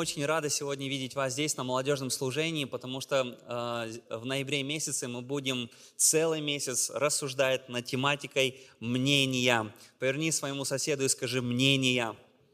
очень рады сегодня видеть вас здесь на молодежном служении, потому что в ноябре месяце мы будем целый месяц рассуждать над тематикой мнения. Поверни своему соседу и скажи «мнения».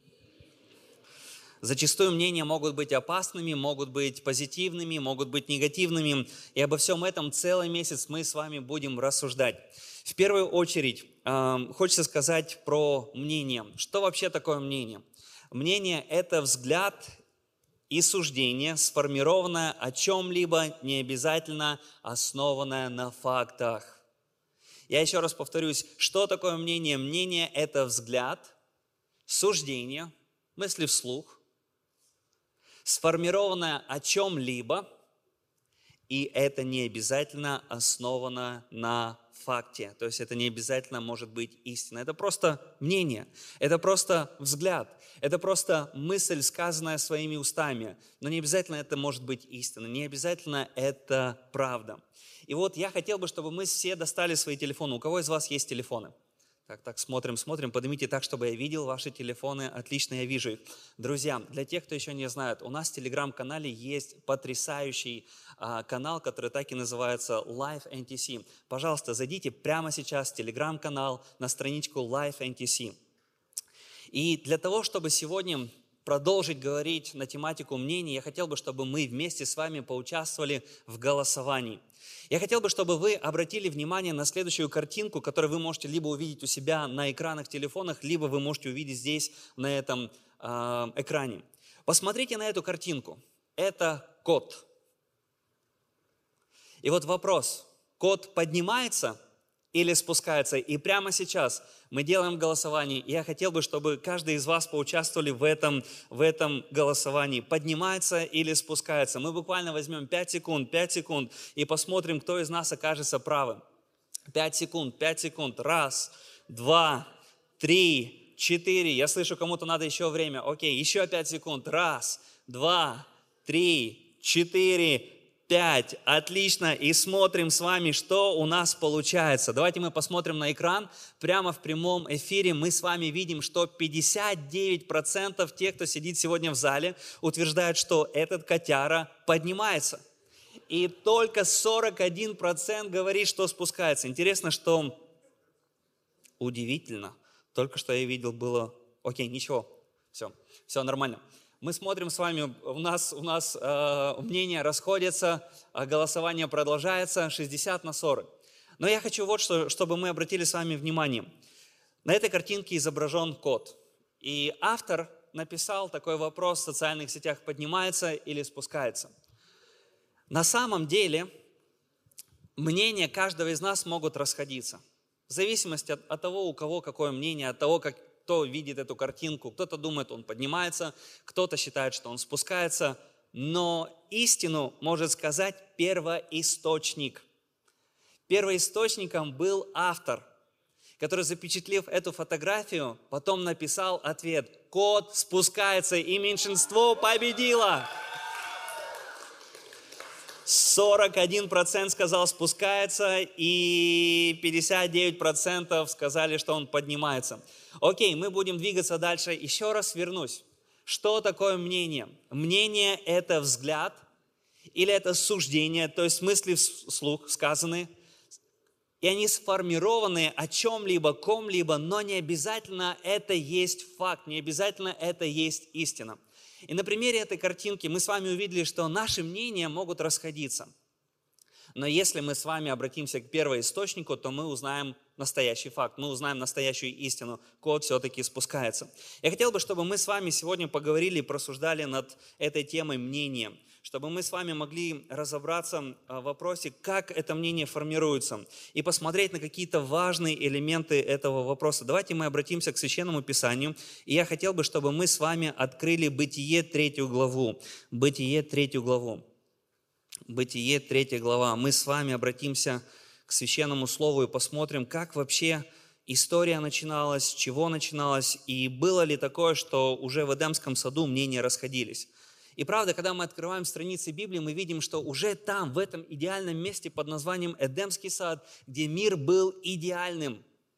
Зачастую мнения могут быть опасными, могут быть позитивными, могут быть негативными. И обо всем этом целый месяц мы с вами будем рассуждать. В первую очередь хочется сказать про мнение. Что вообще такое мнение? Мнение – это взгляд и суждение, сформированное о чем-либо, не обязательно основанное на фактах. Я еще раз повторюсь, что такое мнение? Мнение – это взгляд, суждение, мысли вслух, сформированное о чем-либо, и это не обязательно основано на факте. То есть это не обязательно может быть истина. Это просто мнение, это просто взгляд, это просто мысль, сказанная своими устами. Но не обязательно это может быть истина, не обязательно это правда. И вот я хотел бы, чтобы мы все достали свои телефоны. У кого из вас есть телефоны? Так, смотрим, поднимите так, чтобы я видел ваши телефоны. Отлично, я вижу их. Друзья, для тех, кто еще не знает, у нас в Телеграм-канале есть потрясающий канал, который так и называется Life NTC. Пожалуйста, зайдите прямо сейчас в Телеграм-канал на страничку Life NTC. И для того, чтобы сегодня продолжить говорить на тематику мнений, я хотел бы, чтобы мы вместе с вами поучаствовали в голосовании. Я хотел бы, чтобы вы обратили внимание на следующую картинку, которую вы можете либо увидеть у себя на экранах телефонах, либо вы можете увидеть здесь, на этом экране. Посмотрите на эту картинку. Это кот. И вот вопрос, кот поднимается или спускается? И прямо сейчас мы делаем голосование, и я хотел бы, чтобы каждый из вас поучаствовали в этом голосовании. Поднимается или спускается? Мы буквально возьмем 5 секунд, и посмотрим, кто из нас окажется правым. 5 секунд. Раз, два, три, 4. Я слышу, кому-то надо еще время. Окей, еще 5 секунд. Раз, два, три, 4, 5. Отлично. И смотрим с вами, что у нас получается. Давайте мы посмотрим на экран. Прямо в прямом эфире мы с вами видим, что 59% тех, кто сидит сегодня в зале, утверждают, что этот котяра поднимается. И только 41% говорит, что спускается. Интересно, что удивительно. Только что я видел, было... Окей, ничего. Все нормально. Мы смотрим с вами, у нас мнения расходятся, голосование продолжается 60-40. Но я хочу вот что, чтобы мы обратили с вами внимание. На этой картинке изображен кот. И автор написал такой вопрос в социальных сетях: поднимается или спускается. На самом деле мнения каждого из нас могут расходиться. В зависимости от того, у кого какое мнение, от того, кто видит эту картинку. Кто-то думает, он поднимается, кто-то считает, что он спускается. Но истину может сказать первоисточник. Первоисточником был автор, который, запечатлев эту фотографию, потом написал ответ: кот спускается, и меньшинство победило. 41% сказал спускается, и 59% сказали, что он поднимается. Окей, мы будем двигаться дальше. Еще раз вернусь. Что такое мнение? Мнение – это взгляд или это суждение, то есть мысли вслух сказанные, и они сформированы о чем-либо, ком-либо, но не обязательно это есть факт, не обязательно это есть истина. И на примере этой картинки мы с вами увидели, что наши мнения могут расходиться. Но если мы с вами обратимся к первоисточнику, то мы узнаем настоящий факт, мы узнаем настоящую истину. Кот все-таки спускается. Я хотел бы, чтобы мы с вами сегодня поговорили и просуждали над этой темой мнения, чтобы мы с вами могли разобраться в вопросе, как это мнение формируется, и посмотреть на какие-то важные элементы этого вопроса. Давайте мы обратимся к Священному Писанию, и я хотел бы, чтобы мы с вами открыли Бытие 3 главу. Бытие 3 главу. Бытие 3 глава. Мы с вами обратимся к Священному Слову и посмотрим, как вообще история начиналась, с чего начиналась, и было ли такое, что уже в Эдемском саду мнения расходились. И правда, когда мы открываем страницы Библии, мы видим, что уже там, в этом идеальном месте под названием Эдемский сад, где мир был идеальным,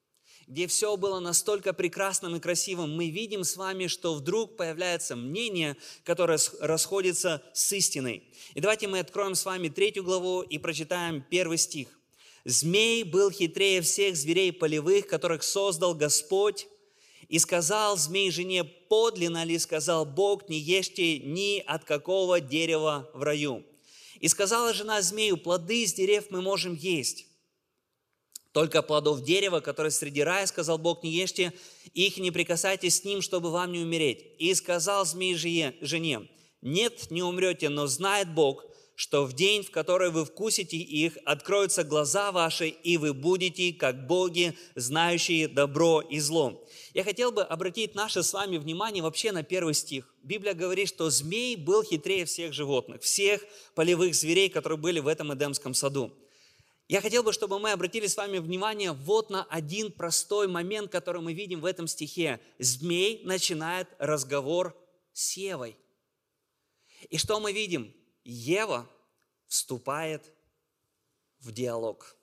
где все было настолько прекрасным и красивым, мы видим с вами, что вдруг появляется мнение, которое расходится с истиной. И давайте мы откроем с вами 3 главу и прочитаем 1 стих. «Змей был хитрее всех зверей полевых, которых создал Господь. И сказал змей жене, подлинно ли сказал Бог, не ешьте ни от какого дерева в раю. И сказала жена змею, плоды из дерев мы можем есть. Только плодов дерева, которое среди рая, сказал Бог, не ешьте, их не прикасайтесь с ним, чтобы вам не умереть. И сказал змей жене, нет, не умрете, но знает Бог, что в день, в который вы вкусите их, откроются глаза ваши, и вы будете, как боги, знающие добро и зло». Я хотел бы обратить наше с вами внимание вообще на 1 стих. Библия говорит, что змей был хитрее всех животных, всех полевых зверей, которые были в этом Эдемском саду. Я хотел бы, чтобы мы обратили с вами внимание вот на один простой момент, который мы видим в этом стихе. Змей начинает разговор с Евой. И что мы видим? Ева вступает в диалог.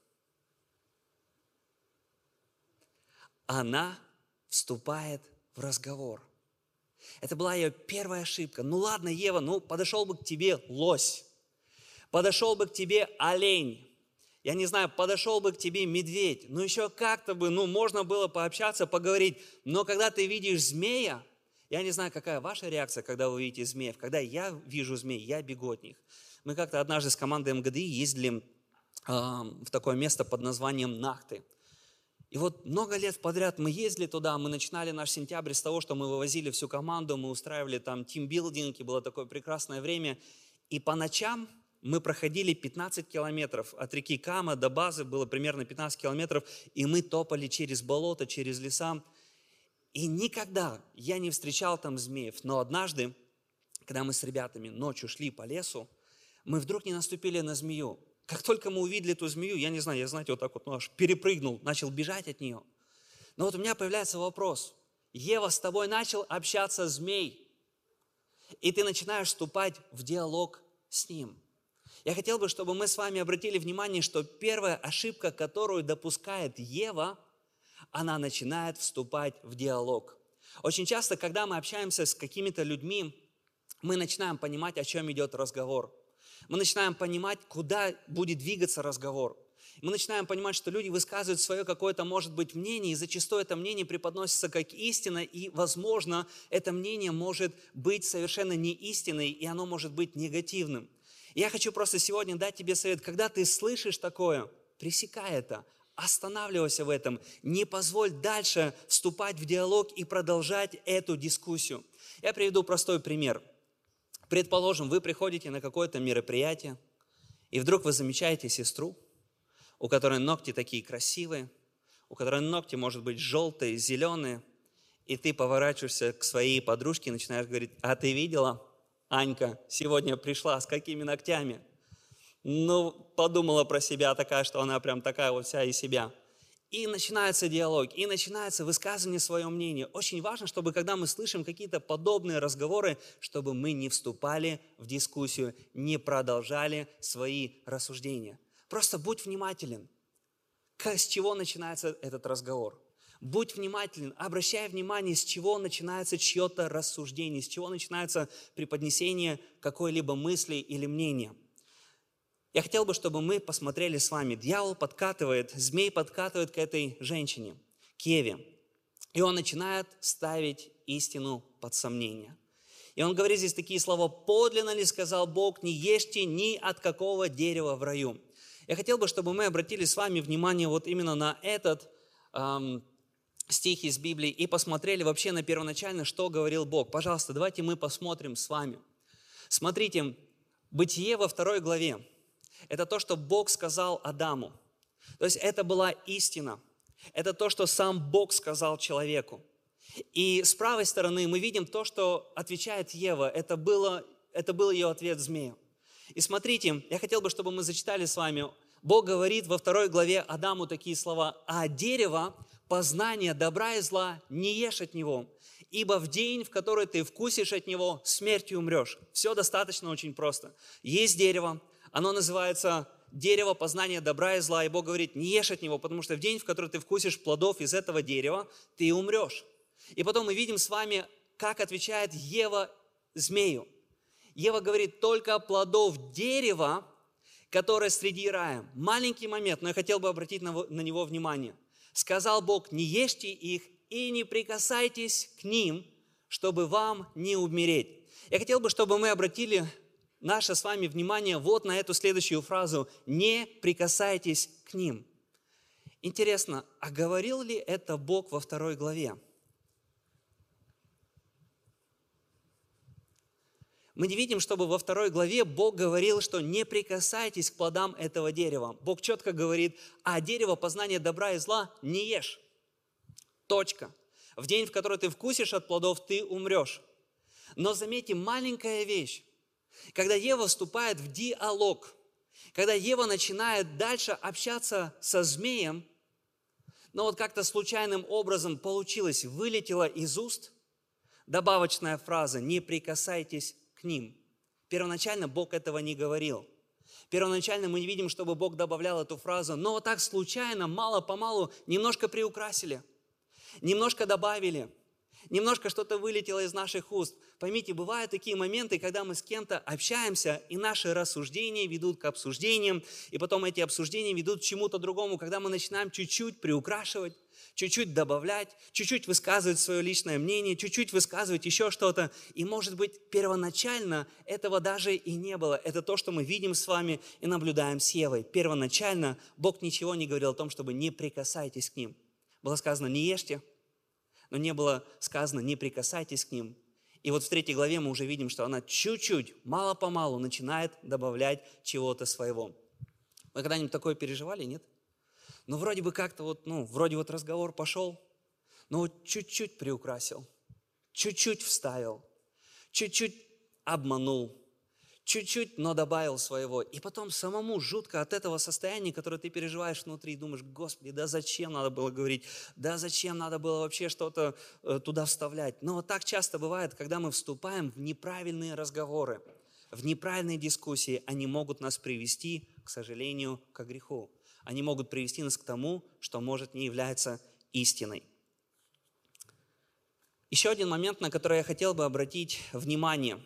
Она вступает в разговор. Это была ее первая ошибка. Ну ладно, Ева, подошел бы к тебе лось, подошел бы к тебе олень, я не знаю, подошел бы к тебе медведь, еще как-то бы, можно было пообщаться, поговорить. Но когда ты видишь змея, я не знаю, какая ваша реакция, когда вы видите змеев. Когда я вижу змей, я бегу от них. Мы как-то однажды с командой МГДИ ездили в такое место под названием Нахты. И вот много лет подряд мы ездили туда, мы начинали наш сентябрь с того, что мы вывозили всю команду, мы устраивали там тимбилдинг, и было такое прекрасное время. И по ночам мы проходили 15 километров от реки Кама до базы, было примерно 15 километров, и мы топали через болото, через леса. И никогда я не встречал там змеев, но однажды, когда мы с ребятами ночью шли по лесу, мы вдруг не наступили на змею. Как только мы увидели эту змею, я не знаю, я, знаете, вот так вот аж перепрыгнул, начал бежать от нее. Но вот у меня появляется вопрос. Ева, с тобой начал общаться змей, и ты начинаешь вступать в диалог с ним. Я хотел бы, чтобы мы с вами обратили внимание, что первая ошибка, которую допускает Ева, она начинает вступать в диалог. Очень часто, когда мы общаемся с какими-то людьми, мы начинаем понимать, о чем идет разговор. Мы начинаем понимать, куда будет двигаться разговор. Мы начинаем понимать, что люди высказывают свое какое-то, может быть, мнение, и зачастую это мнение преподносится как истина, и, возможно, это мнение может быть совершенно не истиной, и оно может быть негативным. И я хочу просто сегодня дать тебе совет, когда ты слышишь такое, пресекай это, останавливайся в этом, не позволь дальше вступать в диалог и продолжать эту дискуссию. Я приведу простой пример. Предположим, вы приходите на какое-то мероприятие, и вдруг вы замечаете сестру, у которой ногти такие красивые, у которой ногти, может быть, желтые, зеленые, и ты поворачиваешься к своей подружке и начинаешь говорить: а ты видела, Анька сегодня пришла с какими ногтями? Подумала про себя такая, что она прям такая вот вся из себя. И начинается диалог, и начинается высказывание своего мнения. Очень важно, чтобы когда мы слышим какие-то подобные разговоры, чтобы мы не вступали в дискуссию, не продолжали свои рассуждения. Просто будь внимателен. С чего начинается этот разговор? Будь внимателен, обращай внимание, с чего начинается чье-то рассуждение, с чего начинается преподнесение какой-либо мысли или мнения. Я хотел бы, чтобы мы посмотрели с вами. Дьявол подкатывает, змей подкатывает к этой женщине, к Еве. И он начинает ставить истину под сомнение. И он говорит здесь такие слова: «Подлинно ли сказал Бог, не ешьте ни от какого дерева в раю». Я хотел бы, чтобы мы обратили с вами внимание вот именно на этот стих из Библии и посмотрели вообще на первоначально, что говорил Бог. Пожалуйста, давайте мы посмотрим с вами. Смотрите, Бытие во 2 главе. Это то, что Бог сказал Адаму. То есть это была истина. Это то, что сам Бог сказал человеку. И с правой стороны мы видим то, что отвечает Ева. Это был ее ответ змею. И смотрите, я хотел бы, чтобы мы зачитали с вами. Бог говорит во 2 главе Адаму такие слова: «А дерево познания добра и зла не ешь от него, ибо в день, в который ты вкусишь от него, смертью умрешь». Все достаточно очень просто. Есть дерево, оно называется дерево познания добра и зла, и Бог говорит, не ешь от него, потому что в день, в который ты вкусишь плодов из этого дерева, ты умрешь. И потом мы видим с вами, как отвечает Ева змею. Ева говорит, только плодов дерева, которое среди рая. Маленький момент, но я хотел бы обратить на него внимание. Сказал Бог, не ешьте их и не прикасайтесь к ним, чтобы вам не умереть. Я хотел бы, чтобы мы обратили наше с вами внимание вот на эту следующую фразу. Не прикасайтесь к ним. Интересно, а говорил ли это Бог во 2 главе? Мы не видим, чтобы во 2 главе Бог говорил, что не прикасайтесь к плодам этого дерева. Бог четко говорит, а дерево познания добра и зла не ешь. Точка. В день, в который ты вкусишь от плодов, ты умрешь. Но заметьте, маленькая вещь. Когда Ева вступает в диалог, когда Ева начинает дальше общаться со змеем, но вот как-то случайным образом получилось, вылетела из уст добавочная фраза «не прикасайтесь к ним». Первоначально Бог этого не говорил. Первоначально мы не видим, чтобы Бог добавлял эту фразу, но вот так случайно, мало-помалу, немножко приукрасили, немножко добавили, немножко что-то вылетело из наших уст. Поймите, бывают такие моменты, когда мы с кем-то общаемся, и наши рассуждения ведут к обсуждениям, и потом эти обсуждения ведут к чему-то другому, когда мы начинаем чуть-чуть приукрашивать, чуть-чуть добавлять, чуть-чуть высказывать свое личное мнение, чуть-чуть высказывать еще что-то. И, может быть, первоначально этого даже и не было. Это то, что мы видим с вами и наблюдаем с Евой. Первоначально Бог ничего не говорил о том, чтобы не прикасайтесь к ним. Было сказано, не ешьте, но не было сказано, не прикасайтесь к ним. И вот в 3 главе мы уже видим, что она чуть-чуть, мало-помалу начинает добавлять чего-то своего. Вы когда-нибудь такое переживали, нет? Ну, вроде бы как-то вроде разговор пошел, но вот чуть-чуть приукрасил, чуть-чуть вставил, чуть-чуть обманул, чуть-чуть, но добавил своего. И потом самому жутко от этого состояния, которое ты переживаешь внутри, думаешь, Господи, да зачем надо было говорить, да зачем надо было вообще что-то туда вставлять. Но вот так часто бывает, когда мы вступаем в неправильные разговоры, в неправильные дискуссии, они могут нас привести, к сожалению, к греху. Они могут привести нас к тому, что может не являться истиной. Еще один момент, на который я хотел бы обратить внимание.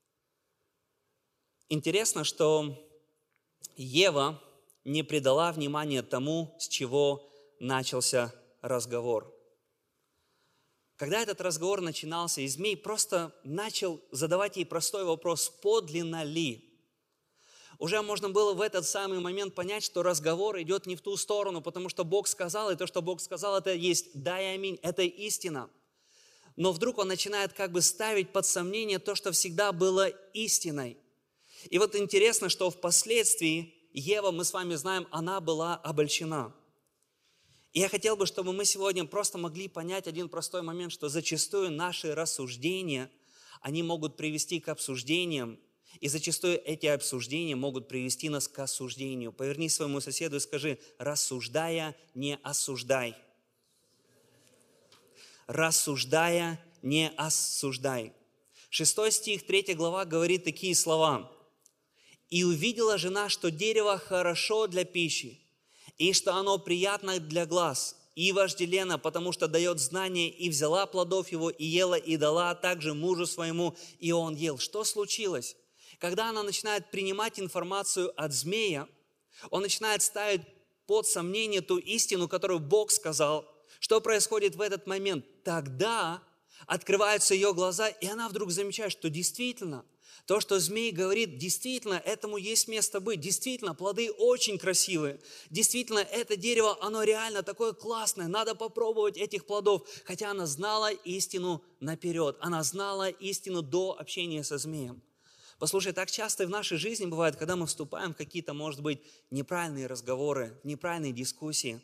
Интересно, что Ева не придала внимания тому, с чего начался разговор. Когда этот разговор начинался, и змей просто начал задавать ей простой вопрос, подлинно ли? Уже можно было в этот самый момент понять, что разговор идет не в ту сторону, потому что Бог сказал, и то, что Бог сказал, это есть да и аминь, это истина. Но вдруг он начинает как бы ставить под сомнение то, что всегда было истиной. И вот интересно, что впоследствии Ева, мы с вами знаем, она была обольщена. И я хотел бы, чтобы мы сегодня просто могли понять один простой момент, что зачастую наши рассуждения, они могут привести к обсуждениям, и зачастую эти обсуждения могут привести нас к осуждению. Поверни своему соседу и скажи, рассуждая, не осуждай. Рассуждая, не осуждай. 6 стих, 3 глава говорит такие слова. «И увидела жена, что дерево хорошо для пищи, и что оно приятно для глаз, и вожделенно, потому что дает знание, и взяла плодов его, и ела, и дала также мужу своему, и он ел». Что случилось? Когда она начинает принимать информацию от змея, он начинает ставить под сомнение ту истину, которую Бог сказал. Что происходит в этот момент? Тогда открываются ее глаза, и она вдруг замечает, что действительно, то, что змей говорит, действительно, этому есть место быть. Действительно, плоды очень красивые. Действительно, это дерево, оно реально такое классное. Надо попробовать этих плодов. Хотя она знала истину наперед. Она знала истину до общения со змеем. Послушай, так часто и в нашей жизни бывает, когда мы вступаем в какие-то, может быть, неправильные разговоры, в неправильные дискуссии,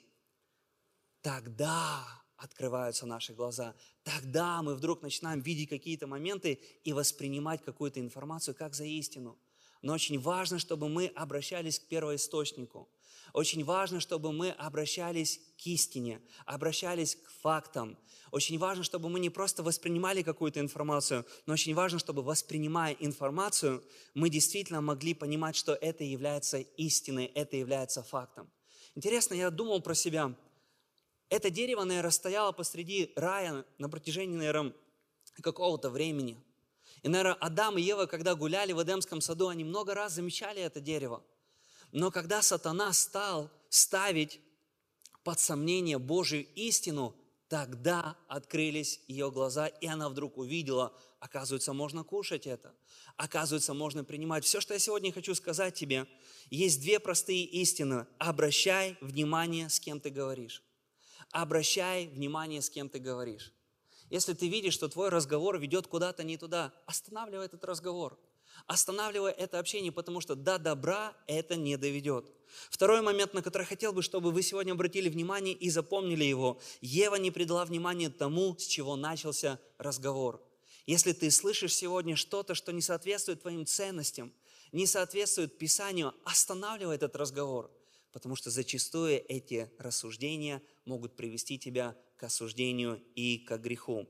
тогда открываются наши глаза. Тогда мы вдруг начинаем видеть какие-то моменты и воспринимать какую-то информацию как за истину. Но очень важно, чтобы мы обращались к первоисточнику. Очень важно, чтобы мы обращались к истине, обращались к фактам. Очень важно, чтобы мы не просто воспринимали какую-то информацию, но очень важно, чтобы, воспринимая информацию, мы действительно могли понимать, что это является истиной, это является фактом. Интересно, я думал про себя. Это дерево, наверное, стояло посреди рая на протяжении, наверное, какого-то времени. И, наверное, Адам и Ева, когда гуляли в Эдемском саду, они много раз замечали это дерево. Но когда сатана стал ставить под сомнение Божию истину, тогда открылись ее глаза, и она вдруг увидела, оказывается, можно кушать это, оказывается, можно принимать. Все, что я сегодня хочу сказать тебе, есть две простые истины. Обращай внимание, с кем ты говоришь. Обращай внимание, с кем ты говоришь. Если ты видишь, что твой разговор ведет куда-то не туда, останавливай этот разговор. Останавливай это общение, потому что до добра это не доведет. Второй момент, на который хотел бы, чтобы вы сегодня обратили внимание и запомнили его. Ева не придала внимания тому, с чего начался разговор. Если ты слышишь сегодня что-то, что не соответствует твоим ценностям, не соответствует Писанию, останавливай этот разговор, потому что зачастую эти рассуждения могут привести тебя к осуждению и к греху.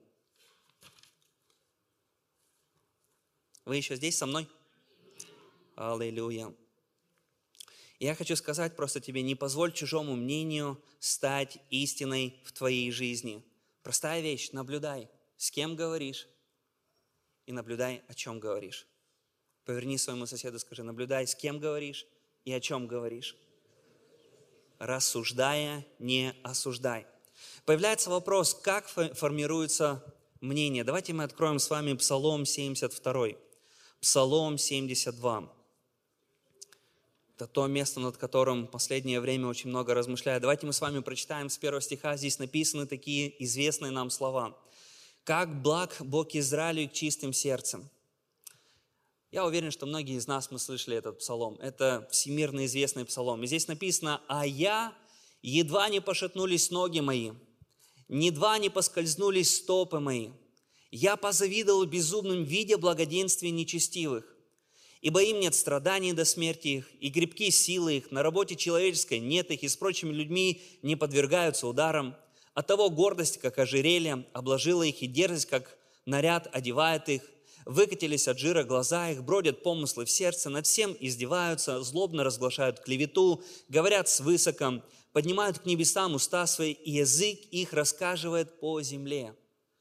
Вы еще здесь со мной? Аллилуйя. Я хочу сказать просто тебе, не позволь чужому мнению стать истиной в твоей жизни. Простая вещь, наблюдай, с кем говоришь, и наблюдай, о чем говоришь. Поверни своему соседу, скажи, наблюдай, с кем говоришь и о чем говоришь. Рассуждая, не осуждай. Появляется вопрос, как формируется мнение. Давайте мы откроем с вами Псалом 72. Псалом 72. Это то место, над которым в последнее время очень много размышляю. Давайте мы с вами прочитаем с 1 стиха. Здесь написаны такие известные нам слова. «Как благ Бог Израилю к чистым сердцем». Я уверен, что многие из нас мы слышали этот псалом. Это всемирно известный псалом. И здесь написано: «А я, едва не пошатнулись ноги мои, едва не поскользнулись стопы мои. Я позавидовал безумным, видя благоденствие нечестивых. Ибо им нет страданий до смерти их, и крепки силы их, на работе человеческой нет их, и с прочими людьми не подвергаются ударам. Оттого гордость, как ожерелье, обложила их, и дерзость, как наряд, одевает их. Выкатились от жира глаза их, бродят помыслы в сердце, над всем издеваются, злобно разглашают клевету, говорят свысока, поднимают к небесам уста свои, и язык их раскаживает по земле».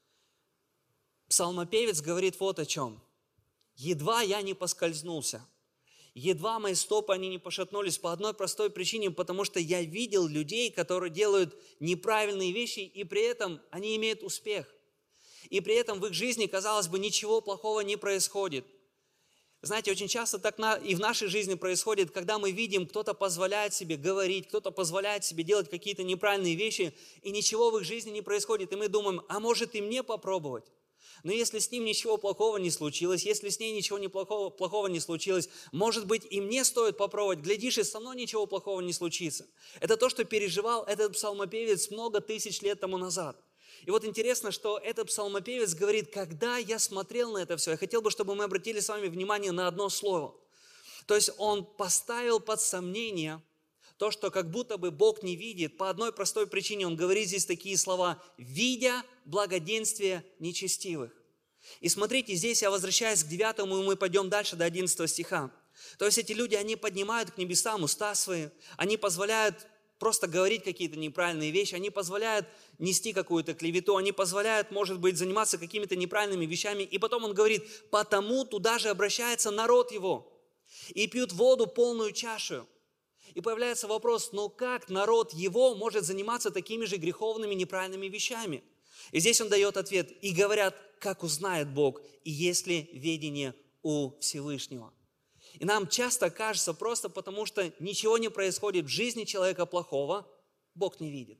Псалмопевец говорит вот о чем. «Едва я не поскользнулся, едва мои стопы они не пошатнулись по одной простой причине, потому что я видел людей, которые делают неправильные вещи, и при этом они имеют успех. И при этом в их жизни, казалось бы, ничего плохого не происходит. Знаете, очень часто так и в нашей жизни происходит, когда мы видим, кто-то позволяет себе говорить, кто-то позволяет себе делать какие-то неправильные вещи, и ничего в их жизни не происходит. И мы думаем, а может и мне попробовать? Но если с ним ничего плохого не случилось, если с ней ничего плохого не случилось, может быть, и мне стоит попробовать. Глядишь, и со мной ничего плохого не случится. Это то, что переживал этот псалмопевец много тысяч лет тому назад. И вот интересно, что этот псалмопевец говорит, когда я смотрел на это все, я хотел бы, чтобы мы обратили с вами внимание на одно слово. То есть он поставил под сомнение то, что как будто бы Бог не видит, по одной простой причине. Он говорит здесь такие слова: «видя благоденствие нечестивых». И смотрите, здесь я возвращаюсь к 9, и мы пойдем дальше до 11 стиха. То есть эти люди, они поднимают к небесам уста свои, они позволяют просто говорить какие-то неправильные вещи, они позволяют нести какую-то клевету, они позволяют, может быть, заниматься какими-то неправильными вещами. И потом он говорит: «потому туда же обращается народ его, и пьют воду полную чашу». И появляется вопрос, но как народ его может заниматься такими же греховными, неправильными вещами? И здесь он дает ответ. «И говорят, как узнает Бог, и есть ли ведение у Всевышнего». И нам часто кажется, просто потому что ничего не происходит в жизни человека плохого, Бог не видит.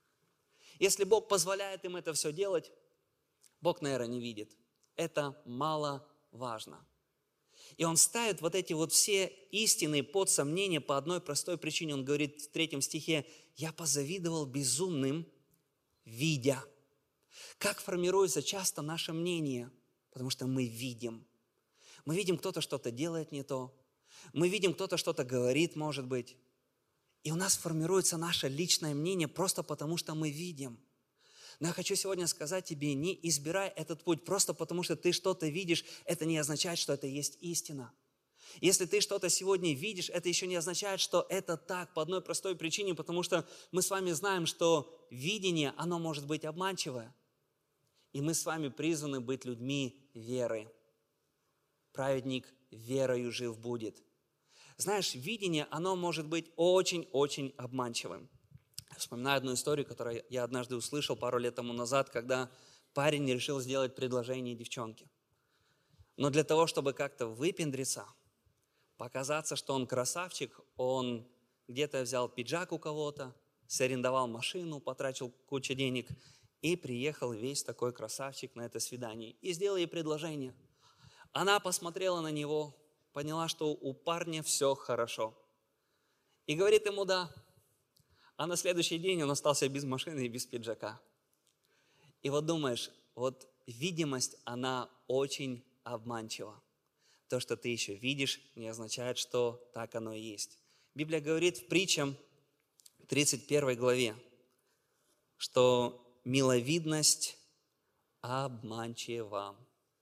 Если Бог позволяет им это все делать, Бог, наверное, не видит. Это маловажно. И он ставит вот эти вот все истины под сомнение по одной простой причине. Он говорит в 3 стихе: «Я позавидовал безумным, видя». Как формируется часто наше мнение? Потому что мы видим. Мы видим, кто-то что-то делает не то. Мы видим, кто-то что-то говорит, может быть. И у нас формируется наше личное мнение просто потому, что мы видим. Но я хочу сегодня сказать тебе, не избирай этот путь просто потому, что ты что-то видишь, это не означает, что это есть истина. Если ты что-то сегодня видишь, это еще не означает, что это так, по одной простой причине, потому что мы с вами знаем, что видение, оно может быть обманчивое. И мы с вами призваны быть людьми веры. Праведник верою жив будет. Знаешь, видение, оно может быть очень-очень обманчивым. Я вспоминаю одну историю, которую я однажды услышал пару лет тому назад, когда парень решил сделать предложение девчонке. Но для того, чтобы как-то выпендриться, показаться, что он красавчик, он где-то взял пиджак у кого-то, сарендовал машину, потратил кучу денег и приехал весь такой красавчик на это свидание. И сделал ей предложение. Она посмотрела на него, поняла, что у парня все хорошо. И говорит ему «да». А на следующий день он остался без машины и без пиджака. И вот думаешь, вот видимость, она очень обманчива. То, что ты еще видишь, не означает, что так оно и есть. Библия говорит в притчам 31 главе, что миловидность обманчива.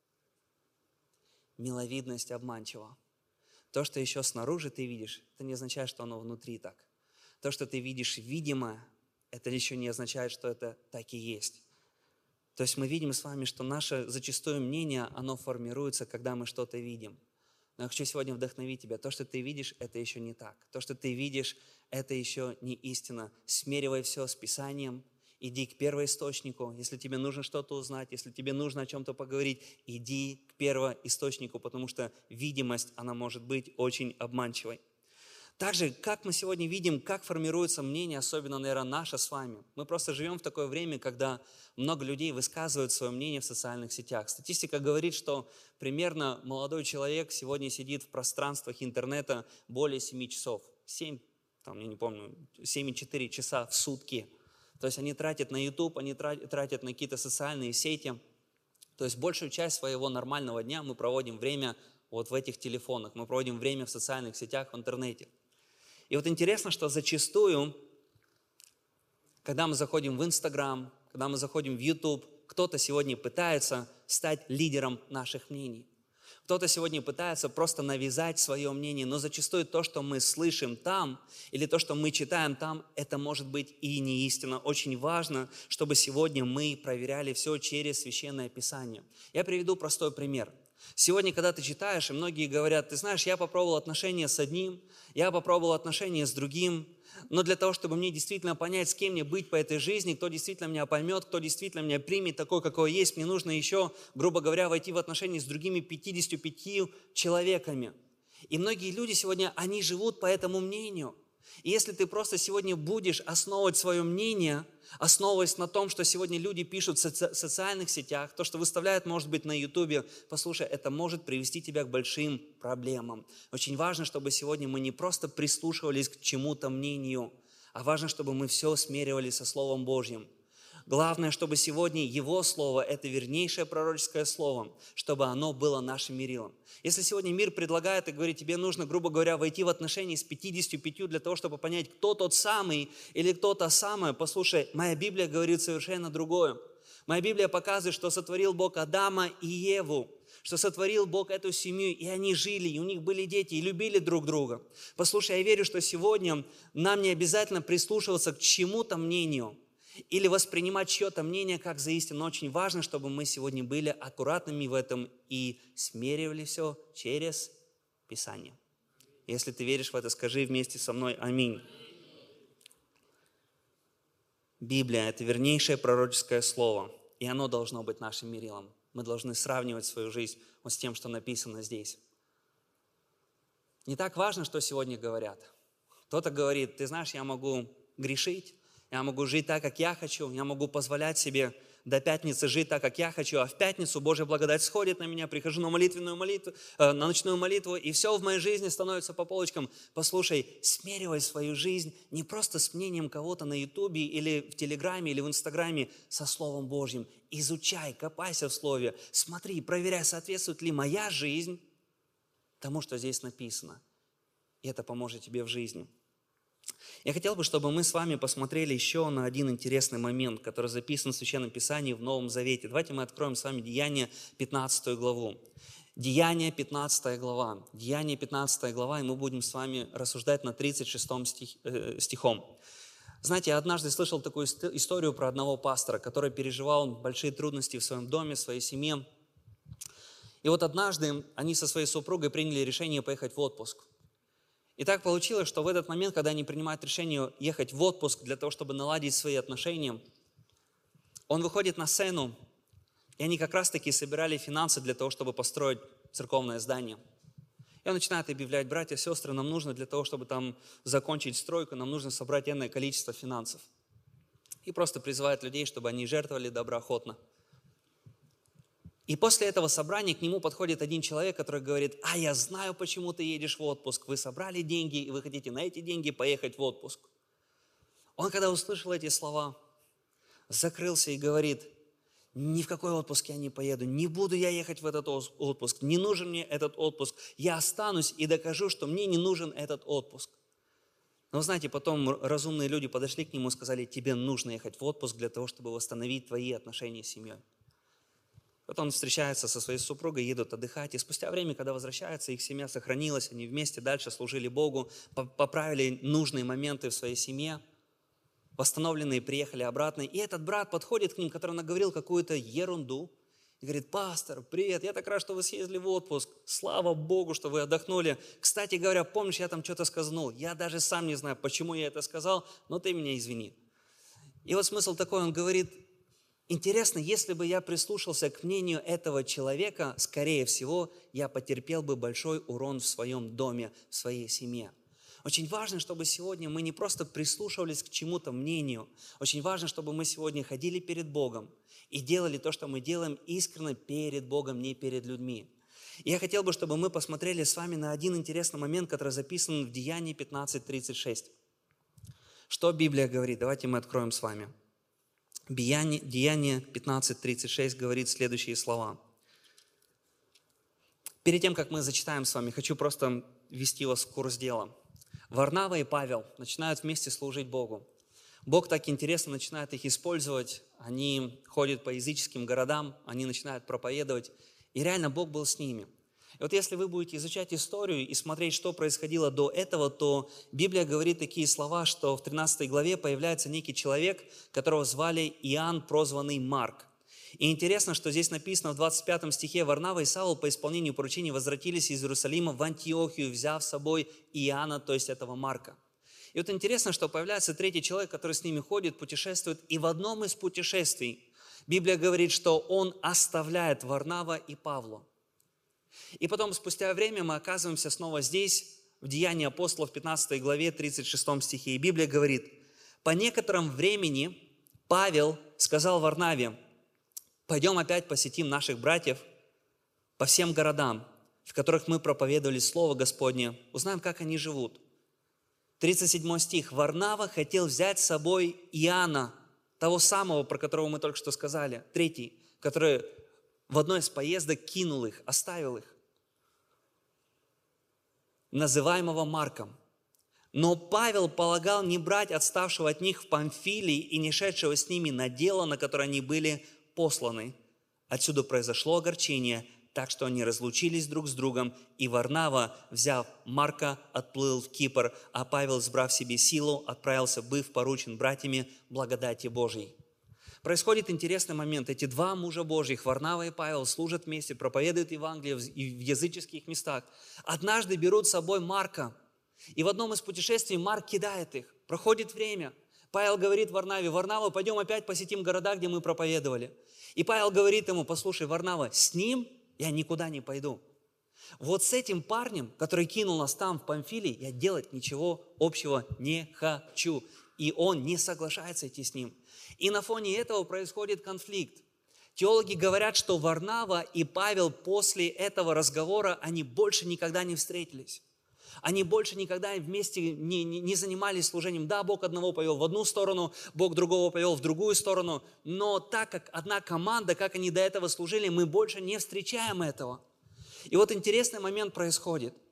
Миловидность обманчива. То, что еще снаружи ты видишь, это не означает, что оно внутри так. То, что ты видишь видимо, это еще не означает, что это так и есть. То есть мы видим с вами, что наше зачастую мнение, оно формируется, когда мы что-то видим. Но я хочу сегодня вдохновить тебя. То, что ты видишь, это еще не так. То, что ты видишь, это еще не истина. Смеривай все с Писанием. Иди к первоисточнику. Если тебе нужно что-то узнать, если тебе нужно о чем-то поговорить, иди к первоисточнику, потому что видимость, она может быть очень обманчивой. Также, как мы сегодня видим, как формируется мнение, особенно, наверное, наше с вами. Мы просто живем в такое время, когда много людей высказывают свое мнение в социальных сетях. Статистика говорит, что примерно молодой человек сегодня сидит в пространствах интернета более 7 часов. 7, там, я не помню, 7,4 часа в сутки. То есть они тратят на YouTube, они тратят на какие-то социальные сети. То есть большую часть своего нормального дня мы проводим время вот в этих телефонах, мы проводим время в социальных сетях, в интернете. И вот интересно, что зачастую, когда мы заходим в Инстаграм, когда мы заходим в YouTube, кто-то сегодня пытается стать лидером наших мнений. Кто-то сегодня пытается просто навязать свое мнение, но зачастую то, что мы слышим там, или то, что мы читаем там, это может быть и не истина. Очень важно, чтобы сегодня мы проверяли все через Священное Писание. Я приведу простой пример. Сегодня, когда ты читаешь, и многие говорят, ты знаешь, я попробовал отношения с одним, я попробовал отношения с другим, но для того, чтобы мне действительно понять, с кем мне быть по этой жизни, кто действительно меня поймет, кто действительно меня примет такой, какой есть, мне нужно еще, грубо говоря, войти в отношения с другими 55 человеками. И многие люди сегодня, они живут по этому мнению. И если ты просто сегодня будешь основывать свое мнение, основываясь на том, что сегодня люди пишут в социальных сетях, то, что выставляют, может быть, на Ютубе, послушай, это может привести тебя к большим проблемам. Очень важно, чтобы сегодня мы не просто прислушивались к чему-то мнению, а важно, чтобы мы все смеривали со Словом Божьим. Главное, чтобы сегодня Его Слово, это вернейшее пророческое Слово, чтобы оно было нашим мерилом. Если сегодня мир предлагает и говорит, тебе нужно, грубо говоря, войти в отношения с 55 для того, чтобы понять, кто тот самый или кто та самая, послушай, моя Библия говорит совершенно другое. Моя Библия показывает, что сотворил Бог Адама и Еву, что сотворил Бог эту семью, и они жили, и у них были дети, и любили друг друга. Послушай, я верю, что сегодня нам не обязательно прислушиваться к чему-то мнению, или воспринимать чье-то мнение как за истину. Но очень важно, чтобы мы сегодня были аккуратными в этом и смеривали все через Писание. Если ты веришь в это, скажи вместе со мной «Аминь». Библия – это вернейшее пророческое слово, и оно должно быть нашим мерилом. Мы должны сравнивать свою жизнь вот с тем, что написано здесь. Не так важно, что сегодня говорят. Кто-то говорит, ты знаешь, я могу грешить, я могу жить так, как я хочу, я могу позволять себе до пятницы жить так, как я хочу, а в пятницу Божья благодать сходит на меня, прихожу на на ночную молитву, и все в моей жизни становится по полочкам. Послушай, смеривай свою жизнь не просто с мнением кого-то на Ютубе или в Телеграме или в Инстаграме, со Словом Божьим. Изучай, копайся в Слове, смотри, проверяй, соответствует ли моя жизнь тому, что здесь написано. И это поможет тебе в жизни. Я хотел бы, чтобы мы с вами посмотрели еще на один интересный момент, который записан в Священном Писании в Новом Завете. Давайте мы откроем с вами Деяния 15 главу. Деяния 15 глава. Деяния 15 глава, и мы будем с вами рассуждать на 36 стихом. Знаете, я однажды слышал такую историю про одного пастора, который переживал большие трудности в своем доме, в своей семье. И вот однажды они со своей супругой приняли решение поехать в отпуск. И так получилось, что в этот момент, когда они принимают решение ехать в отпуск для того, чтобы наладить свои отношения, он выходит на сцену, и они как раз-таки собирали финансы для того, чтобы построить церковное здание. И он начинает объявлять: братья, сестры, нам нужно для того, чтобы там закончить стройку, нам нужно собрать энное количество финансов. И просто призывает людей, чтобы они жертвовали доброохотно. И после этого собрания к нему подходит один человек, который говорит: а я знаю, почему ты едешь в отпуск. Вы собрали деньги, и вы хотите на эти деньги поехать в отпуск. Он, когда услышал эти слова, закрылся и говорит: ни в какой отпуск я не поеду, не буду я ехать в этот отпуск, не нужен мне этот отпуск. Я останусь и докажу, что мне не нужен этот отпуск. Но вы знаете, потом разумные люди подошли к нему и сказали: тебе нужно ехать в отпуск для того, чтобы восстановить твои отношения с семьей. Вот он встречается со своей супругой, едут отдыхать, и спустя время, когда возвращаются, их семья сохранилась, они вместе дальше служили Богу, поправили нужные моменты в своей семье, восстановленные приехали обратно. И этот брат подходит к ним, который наговорил какую-то ерунду, и говорит: пастор, привет, я так рад, что вы съездили в отпуск, слава Богу, что вы отдохнули. Кстати говоря, помнишь, я там что-то сказал, я даже сам не знаю, почему я это сказал, но ты меня извини. И вот смысл такой, он говорит: интересно, если бы я прислушался к мнению этого человека, скорее всего, я потерпел бы большой урон в своем доме, в своей семье. Очень важно, чтобы сегодня мы не просто прислушивались к чему-то мнению. Очень важно, чтобы мы сегодня ходили перед Богом и делали то, что мы делаем, искренне перед Богом, не перед людьми. И я хотел бы, чтобы мы посмотрели с вами на один интересный момент, который записан в Деянии 15:36. Что Библия говорит? Давайте мы откроем с вами. Деяние 15:36 говорит следующие слова. Перед тем, как мы зачитаем с вами, хочу просто ввести вас в курс дела. Варнава и Павел начинают вместе служить Богу. Бог так интересно начинает их использовать. Они ходят по языческим городам, они начинают проповедовать. И реально Бог был с ними. И вот если вы будете изучать историю и смотреть, что происходило до этого, то Библия говорит такие слова, что в 13 главе появляется некий человек, которого звали Иоанн, прозванный Марк. И интересно, что здесь написано в 25 стихе: Варнава и Савл по исполнению поручений возвратились из Иерусалима в Антиохию, взяв с собой Иоанна, то есть этого Марка. И вот интересно, что появляется третий человек, который с ними ходит, путешествует, и в одном из путешествий Библия говорит, что он оставляет Варнава и Павла. И потом, спустя время, мы оказываемся снова здесь, в Деянии апостолов, 15 главе, 36 стихе. И Библия говорит: по некотором времени Павел сказал Варнаве: пойдем опять посетим наших братьев по всем городам, в которых мы проповедовали Слово Господне, узнаем, как они живут. 37 стих. Варнава хотел взять с собой Иоанна, того самого, про которого мы только что сказали, третий, который в одной из поездок кинул их, оставил их, называемого Марком. Но Павел полагал не брать отставшего от них в Памфилии и не шедшего с ними на дело, на которое они были посланы. Отсюда произошло огорчение, так что они разлучились друг с другом, и Варнава, взяв Марка, отплыл в Кипр, а Павел, сбрав себе силу, отправился, быв поручен братьями благодати Божьей. Происходит интересный момент. Эти два мужа Божьих, Варнава и Павел, служат вместе, проповедуют Евангелие в языческих местах. Однажды берут с собой Марка, и в одном из путешествий Марк кидает их. Проходит время. Павел говорит Варнаве: Варнава, пойдем опять посетим города, где мы проповедовали. И Павел говорит ему: послушай, Варнава, с ним я никуда не пойду. Вот с этим парнем, который кинул нас там в Памфилии, я делать ничего общего не хочу. И он не соглашается идти с ним. И на фоне этого происходит конфликт. Теологи говорят, что Варнава и Павел после этого разговора, они больше никогда не встретились. Они больше никогда вместе не занимались служением. Да, Бог одного повел в одну сторону, Бог другого повел в другую сторону. Но так как одна команда, как они до этого служили, мы больше не встречаем этого. И вот интересный момент происходит.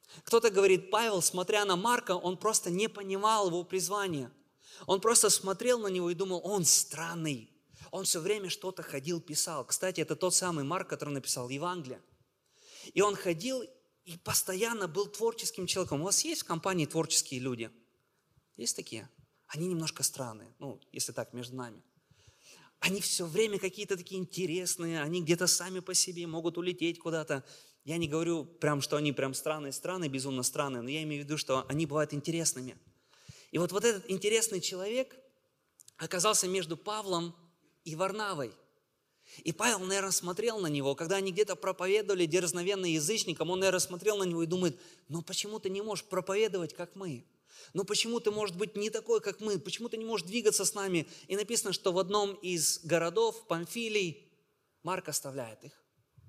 Кто-то говорит, Павел, смотря на Марка, он просто не понимал его призвания. Он просто смотрел на него и думал, он странный. Он все время что-то ходил, писал. Кстати, это тот самый Марк, который написал Евангелие. И он ходил и постоянно был творческим человеком. У вас есть в компании творческие люди? Есть такие? Они немножко странные, если так, между нами. Они все время какие-то такие интересные, они где-то сами по себе могут улететь куда-то. Я не говорю прям, что они прям странные, безумно странные, но я имею в виду, что они бывают интересными. И вот этот интересный человек оказался между Павлом и Варнавой. И Павел, наверное, смотрел на него, когда они где-то проповедовали дерзновенно язычникам, он, наверное, смотрел на него и думает, почему ты не можешь проповедовать, как мы? Почему ты, может быть, не такой, как мы? Почему ты не можешь двигаться с нами? И написано, что в одном из городов, Памфилий, Марк оставляет их.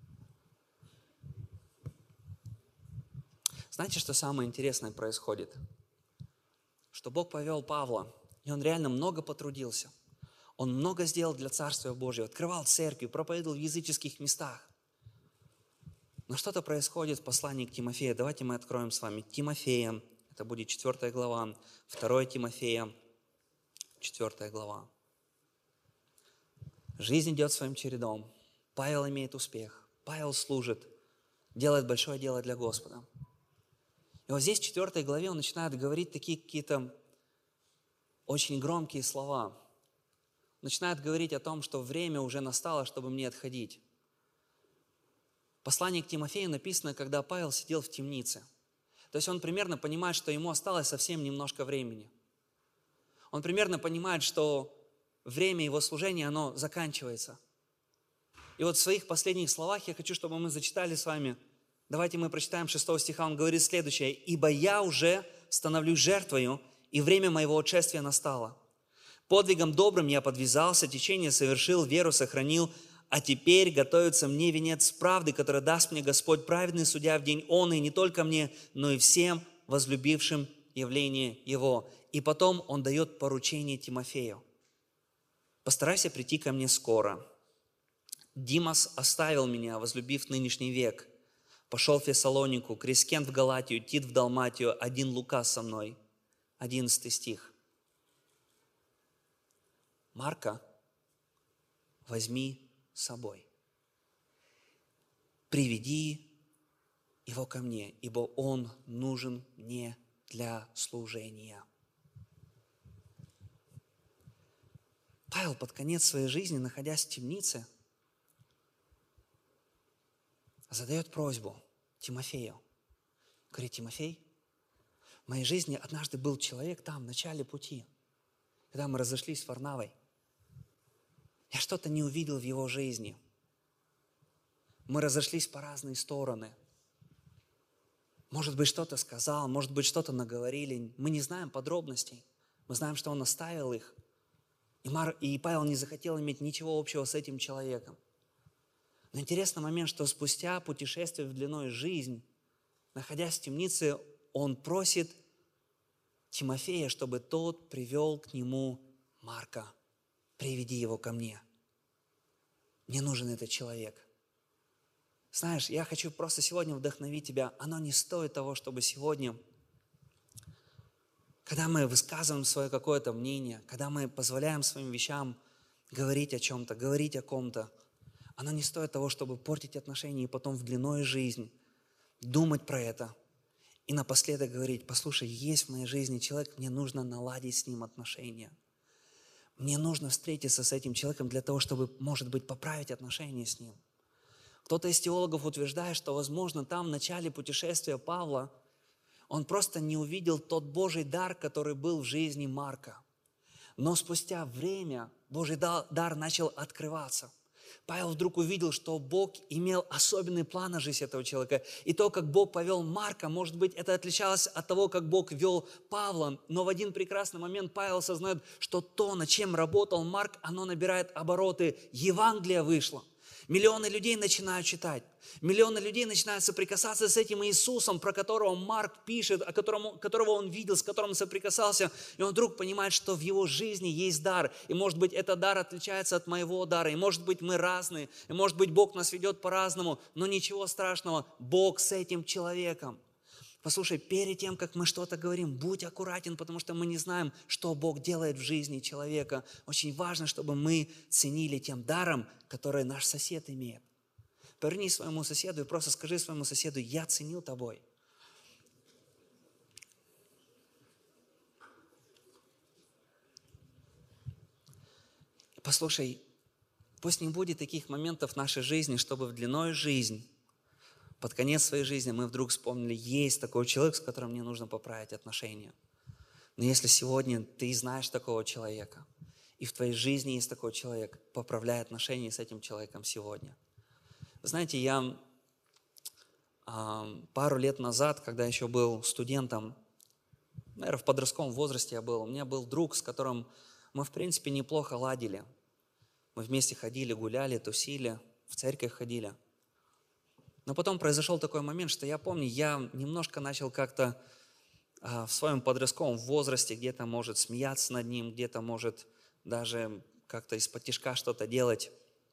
Знаете, что самое интересное происходит? Что Бог повел Павла, и он реально много потрудился. Он много сделал для Царствия Божьего, открывал церкви, проповедовал в языческих местах. Но что-то происходит в послании к Тимофею. Давайте мы откроем с вами Тимофея. Это будет 4 глава, 2 Тимофея, 4 глава. Жизнь идет своим чередом. Павел имеет успех. Павел служит, делает большое дело для Господа. И вот здесь в 4 главе он начинает говорить такие какие-то очень громкие слова. Начинает говорить о том, что время уже настало, чтобы мне отходить. Послание к Тимофею написано, когда Павел сидел в темнице. То есть он примерно понимает, что ему осталось совсем немножко времени. Он примерно понимает, что время его служения, оно заканчивается. И вот в своих последних словах я хочу, чтобы мы зачитали с вами. Давайте мы прочитаем 6 стиха. Он говорит следующее. «Ибо я уже становлюсь жертвою, и время моего отшествия настало. Подвигом добрым я подвязался, течение совершил, веру сохранил, а теперь готовится мне венец правды, который даст мне Господь, праведный судья в день он, и не только мне, но и всем возлюбившим явление Его». И потом он дает поручение Тимофею. «Постарайся прийти ко мне скоро. Димас оставил меня, возлюбив нынешний век. Пошел в Фессалонику, Крескент в Галатию, Тит в Далматию, один Лука со мной». 11 стих. Марка возьми с собой. Приведи его ко мне, ибо он нужен мне для служения. Павел под конец своей жизни, находясь в темнице, задает просьбу Тимофею. Говорит, Тимофей, в моей жизни однажды был человек там, в начале пути, когда мы разошлись с Варнавой. Я что-то не увидел в его жизни. Мы разошлись по разные стороны. Может быть, что-то сказал, может быть, что-то наговорили. Мы не знаем подробностей. Мы знаем, что он оставил их. И Павел не захотел иметь ничего общего с этим человеком. Но интересный момент, что спустя путешествие в длиной жизнь, находясь в темнице, он просит Тимофея, чтобы тот привел к нему Марка. Приведи его ко мне. Мне нужен этот человек. Знаешь, я хочу просто сегодня вдохновить тебя. Оно не стоит того, чтобы сегодня, когда мы высказываем свое какое-то мнение, когда мы позволяем своим вещам говорить о чем-то, говорить о ком-то, оно не стоит того, чтобы портить отношения и потом в длинной жизнь думать про это. И напоследок говорить, послушай, есть в моей жизни человек, мне нужно наладить с ним отношения. Мне нужно встретиться с этим человеком для того, чтобы, может быть, поправить отношения с ним. Кто-то из теологов утверждает, что, возможно, там в начале путешествия Павла он просто не увидел тот Божий дар, который был в жизни Марка. Но спустя время Божий дар начал открываться. Павел вдруг увидел, что Бог имел особенный план на жизнь этого человека. И то, как Бог повел Марка, может быть, это отличалось от того, как Бог вел Павла. Но в один прекрасный момент Павел осознает, что то, над чем работал Марк, оно набирает обороты. Евангелие вышло. Миллионы людей начинают читать. Миллионы людей начинают соприкасаться с этим Иисусом, про которого Марк пишет, которого он видел, с которым соприкасался. И он вдруг понимает, что в его жизни есть дар. И может быть, этот дар отличается от моего дара. И может быть, мы разные. И может быть, Бог нас ведет по-разному. Но ничего страшного. Бог с этим человеком. Послушай, перед тем, как мы что-то говорим, будь аккуратен, потому что мы не знаем, что Бог делает в жизни человека. Очень важно, чтобы мы ценили тем даром, который наш сосед имеет. Поверни своему соседу и просто скажи своему соседу: я ценю тобой. Послушай, пусть не будет таких моментов в нашей жизни, чтобы в длинную жизнь, под конец своей жизни мы вдруг вспомнили: есть такой человек, с которым мне нужно поправить отношения. Но если сегодня ты знаешь такого человека, и в твоей жизни есть такой человек, поправляй отношения с этим человеком сегодня. Вы знаете, я пару лет назад, когда еще был студентом, наверное, в подростковом возрасте я был, у меня был друг, с которым мы, в принципе, неплохо ладили. Мы вместе ходили, гуляли, тусили, в церковь ходили. Но потом произошел такой момент, что я помню, я немножко начал как-то в своем подростковом возрасте где-то, может, смеяться над ним, где-то, может, даже как-то из-под-тишка что-то делать.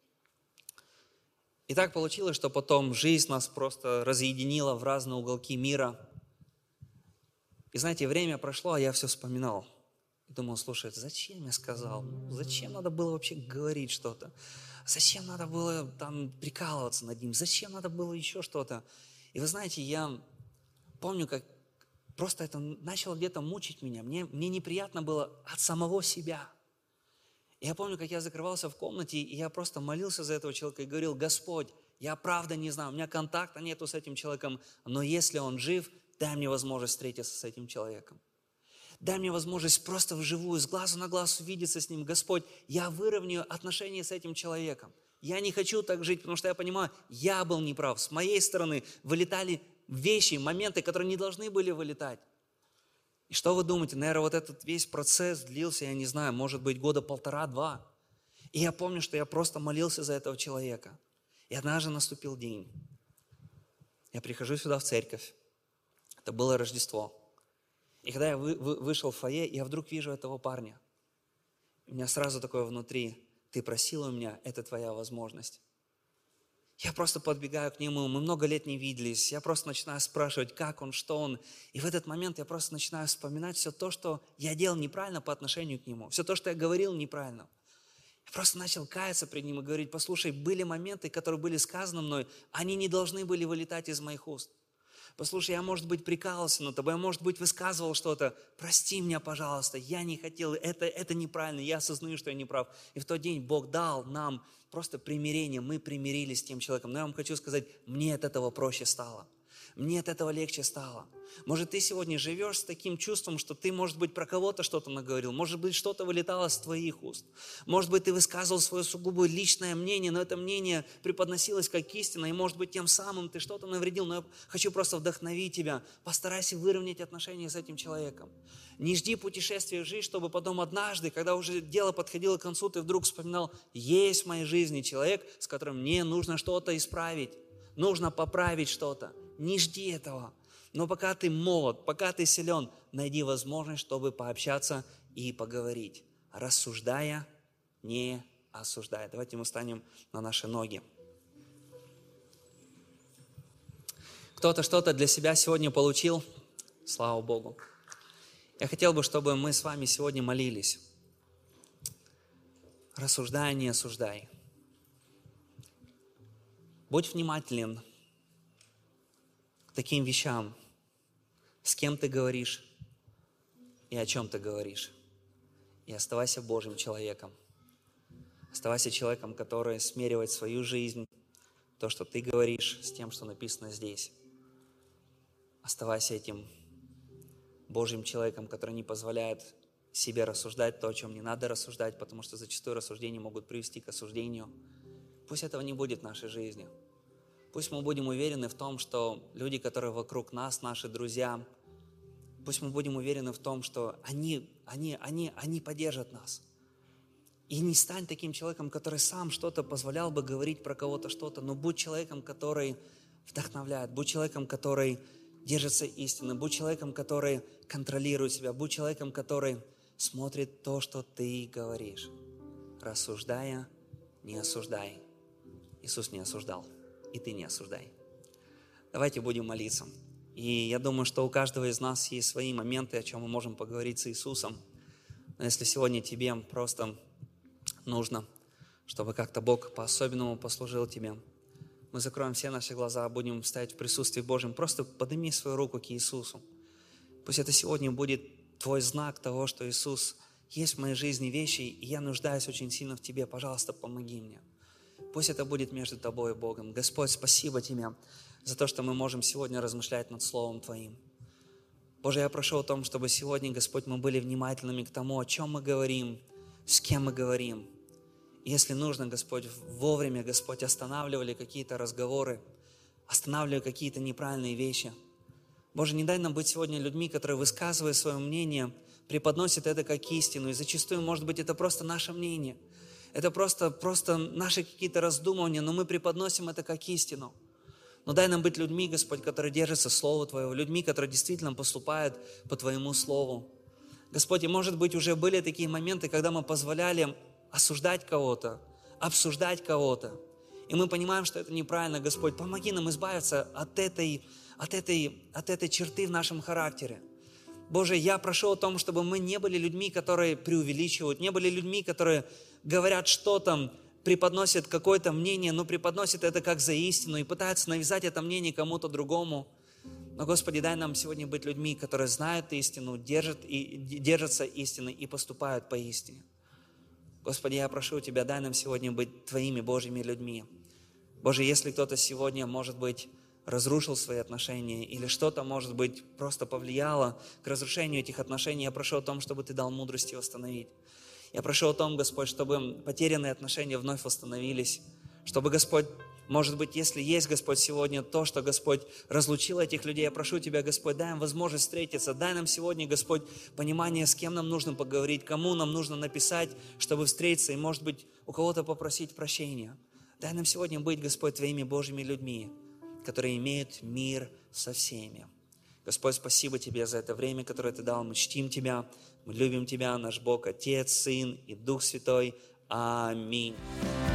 И так получилось, что потом жизнь нас просто разъединила в разные уголки мира. И знаете, время прошло, а я все вспоминал. И думал: слушай, зачем я сказал? Зачем надо было вообще говорить что-то? Зачем надо было там прикалываться над ним? Зачем надо было еще что-то? И вы знаете, я помню, как просто это начало где-то мучить меня. Мне неприятно было от самого себя. И я помню, как я закрывался в комнате, и я просто молился за этого человека и говорил: Господь, я правда не знаю, у меня контакта нету с этим человеком, но если он жив, дай мне возможность встретиться с этим человеком. Дай мне возможность просто вживую, с глазу на глаз увидеться с ним. Господь, я выровняю отношения с этим человеком. Я не хочу так жить, потому что я понимаю, я был неправ. С моей стороны вылетали вещи, моменты, которые не должны были вылетать. И что вы думаете? Наверное, вот этот весь процесс длился, я не знаю, может быть, года 1,5-2. И я помню, что я просто молился за этого человека. И однажды наступил день. Я прихожу сюда в церковь. Это было Рождество. И когда я вышел в фойе, я вдруг вижу этого парня. У меня сразу такое внутри: ты просил у меня, это твоя возможность. Я просто подбегаю к нему, мы много лет не виделись, я просто начинаю спрашивать, как он, что он. И в этот момент я просто начинаю вспоминать все то, что я делал неправильно по отношению к нему, все то, что я говорил неправильно. Я просто начал каяться пред ним и говорить: послушай, были моменты, которые были сказаны мной, они не должны были вылетать из моих уст. Послушай, я, может быть, прикалывался над тобой, я, может быть, высказывал что-то. Прости меня, пожалуйста, я не хотел, это неправильно, я осознаю, что я не прав. И в тот день Бог дал нам просто примирение, мы примирились с тем человеком. Но я вам хочу сказать, мне от этого проще стало. Мне от этого легче стало. Может, ты сегодня живешь с таким чувством, что ты, может быть, про кого-то что-то наговорил, может быть, что-то вылетало с твоих уст. Может быть, ты высказывал свое сугубо личное мнение, но это мнение преподносилось как истина, и, может быть, тем самым ты что-то навредил. Но я хочу просто вдохновить тебя. Постарайся выровнять отношения с этим человеком. Не жди путешествия в жизнь, чтобы потом однажды, когда уже дело подходило к концу, ты вдруг вспоминал: есть в моей жизни человек, с которым мне нужно что-то исправить, нужно поправить что-то. Не жди этого. Но пока ты молод, пока ты силен, найди возможность, чтобы пообщаться и поговорить, рассуждая, не осуждая. Давайте мы встанем на наши ноги. Кто-то что-то для себя сегодня получил? Слава Богу. Я хотел бы, чтобы мы с вами сегодня молились. Рассуждай, не осуждай. Будь внимателен к таким вещам, с кем ты говоришь и о чем ты говоришь. И оставайся Божьим человеком. Оставайся человеком, который смеривает свою жизнь, то, что ты говоришь, с тем, что написано здесь. Оставайся этим Божьим человеком, который не позволяет себе рассуждать то, о чем не надо рассуждать, потому что зачастую рассуждения могут привести к осуждению. Пусть этого не будет в нашей жизни. Пусть мы будем уверены в том, что люди, которые вокруг нас, наши друзья, пусть мы будем уверены в том, что они поддержат нас. И не стань таким человеком, который сам что-то позволял бы говорить про кого-то что-то, но будь человеком, который вдохновляет, будь человеком, который держится истины, будь человеком, который контролирует себя, будь человеком, который смотрит то, что ты говоришь. Рассуждая, не осуждай. Иисус не осуждал, и ты не осуждай. Давайте будем молиться. И я думаю, что у каждого из нас есть свои моменты, о чем мы можем поговорить с Иисусом. Но если сегодня тебе просто нужно, чтобы как-то Бог по-особенному послужил тебе, мы закроем все наши глаза, будем стоять в присутствии Божьем. Просто подними свою руку к Иисусу. Пусть это сегодня будет твой знак того, что Иисус, есть в моей жизни вещи, и я нуждаюсь очень сильно в Тебе. Пожалуйста, помоги мне. Пусть это будет между тобой и Богом. Господь, спасибо Тебе за то, что мы можем сегодня размышлять над Словом Твоим. Боже, я прошу о том, чтобы сегодня, Господь, мы были внимательными к тому, о чем мы говорим, с кем мы говорим. И если нужно, Господь, вовремя, Господь, останавливали какие-то разговоры, останавливали какие-то неправильные вещи. Боже, не дай нам быть сегодня людьми, которые, высказывая свое мнение, преподносят это как истину. И зачастую, может быть, это просто наше мнение. Это просто наши какие-то раздумывания, но мы преподносим это как истину. Но дай нам быть людьми, Господь, которые держатся Слова Твоего, людьми, которые действительно поступают по Твоему Слову. Господь, и может быть уже были такие моменты, когда мы позволяли осуждать кого-то, обсуждать кого-то. И мы понимаем, что это неправильно, Господь. Помоги нам избавиться от этой черты в нашем характере. Боже, я прошу о том, чтобы мы не были людьми, которые преувеличивают, не были людьми, которые говорят что-то, преподносят какое-то мнение, но преподносят это как за истину и пытаются навязать это мнение кому-то другому. Но, Господи, дай нам сегодня быть людьми, которые знают истину, держатся истины и поступают по истине. Господи, я прошу Тебя, дай нам сегодня быть Твоими Божьими людьми. Боже, если кто-то сегодня, может быть, разрушил свои отношения или что-то, может быть, просто повлияло к разрушению этих отношений, я прошу о том, чтобы Ты дал мудрости восстановить. Я прошу о том, Господь, чтобы потерянные отношения вновь восстановились, чтобы, Господь, может быть, если есть, Господь, сегодня то, что, Господь, разлучило этих людей, я прошу Тебя, Господь, дай им возможность встретиться, дай нам сегодня, Господь, понимание, с кем нам нужно поговорить, кому нам нужно написать, чтобы встретиться, и, может быть, у кого-то попросить прощения. Дай нам сегодня быть, Господь, Твоими Божьими людьми, которые имеют мир со всеми. Господь, спасибо Тебе за это время, которое Ты дал. Мы чтим Тебя, мы любим Тебя, наш Бог, Отец, Сын и Дух Святой. Аминь.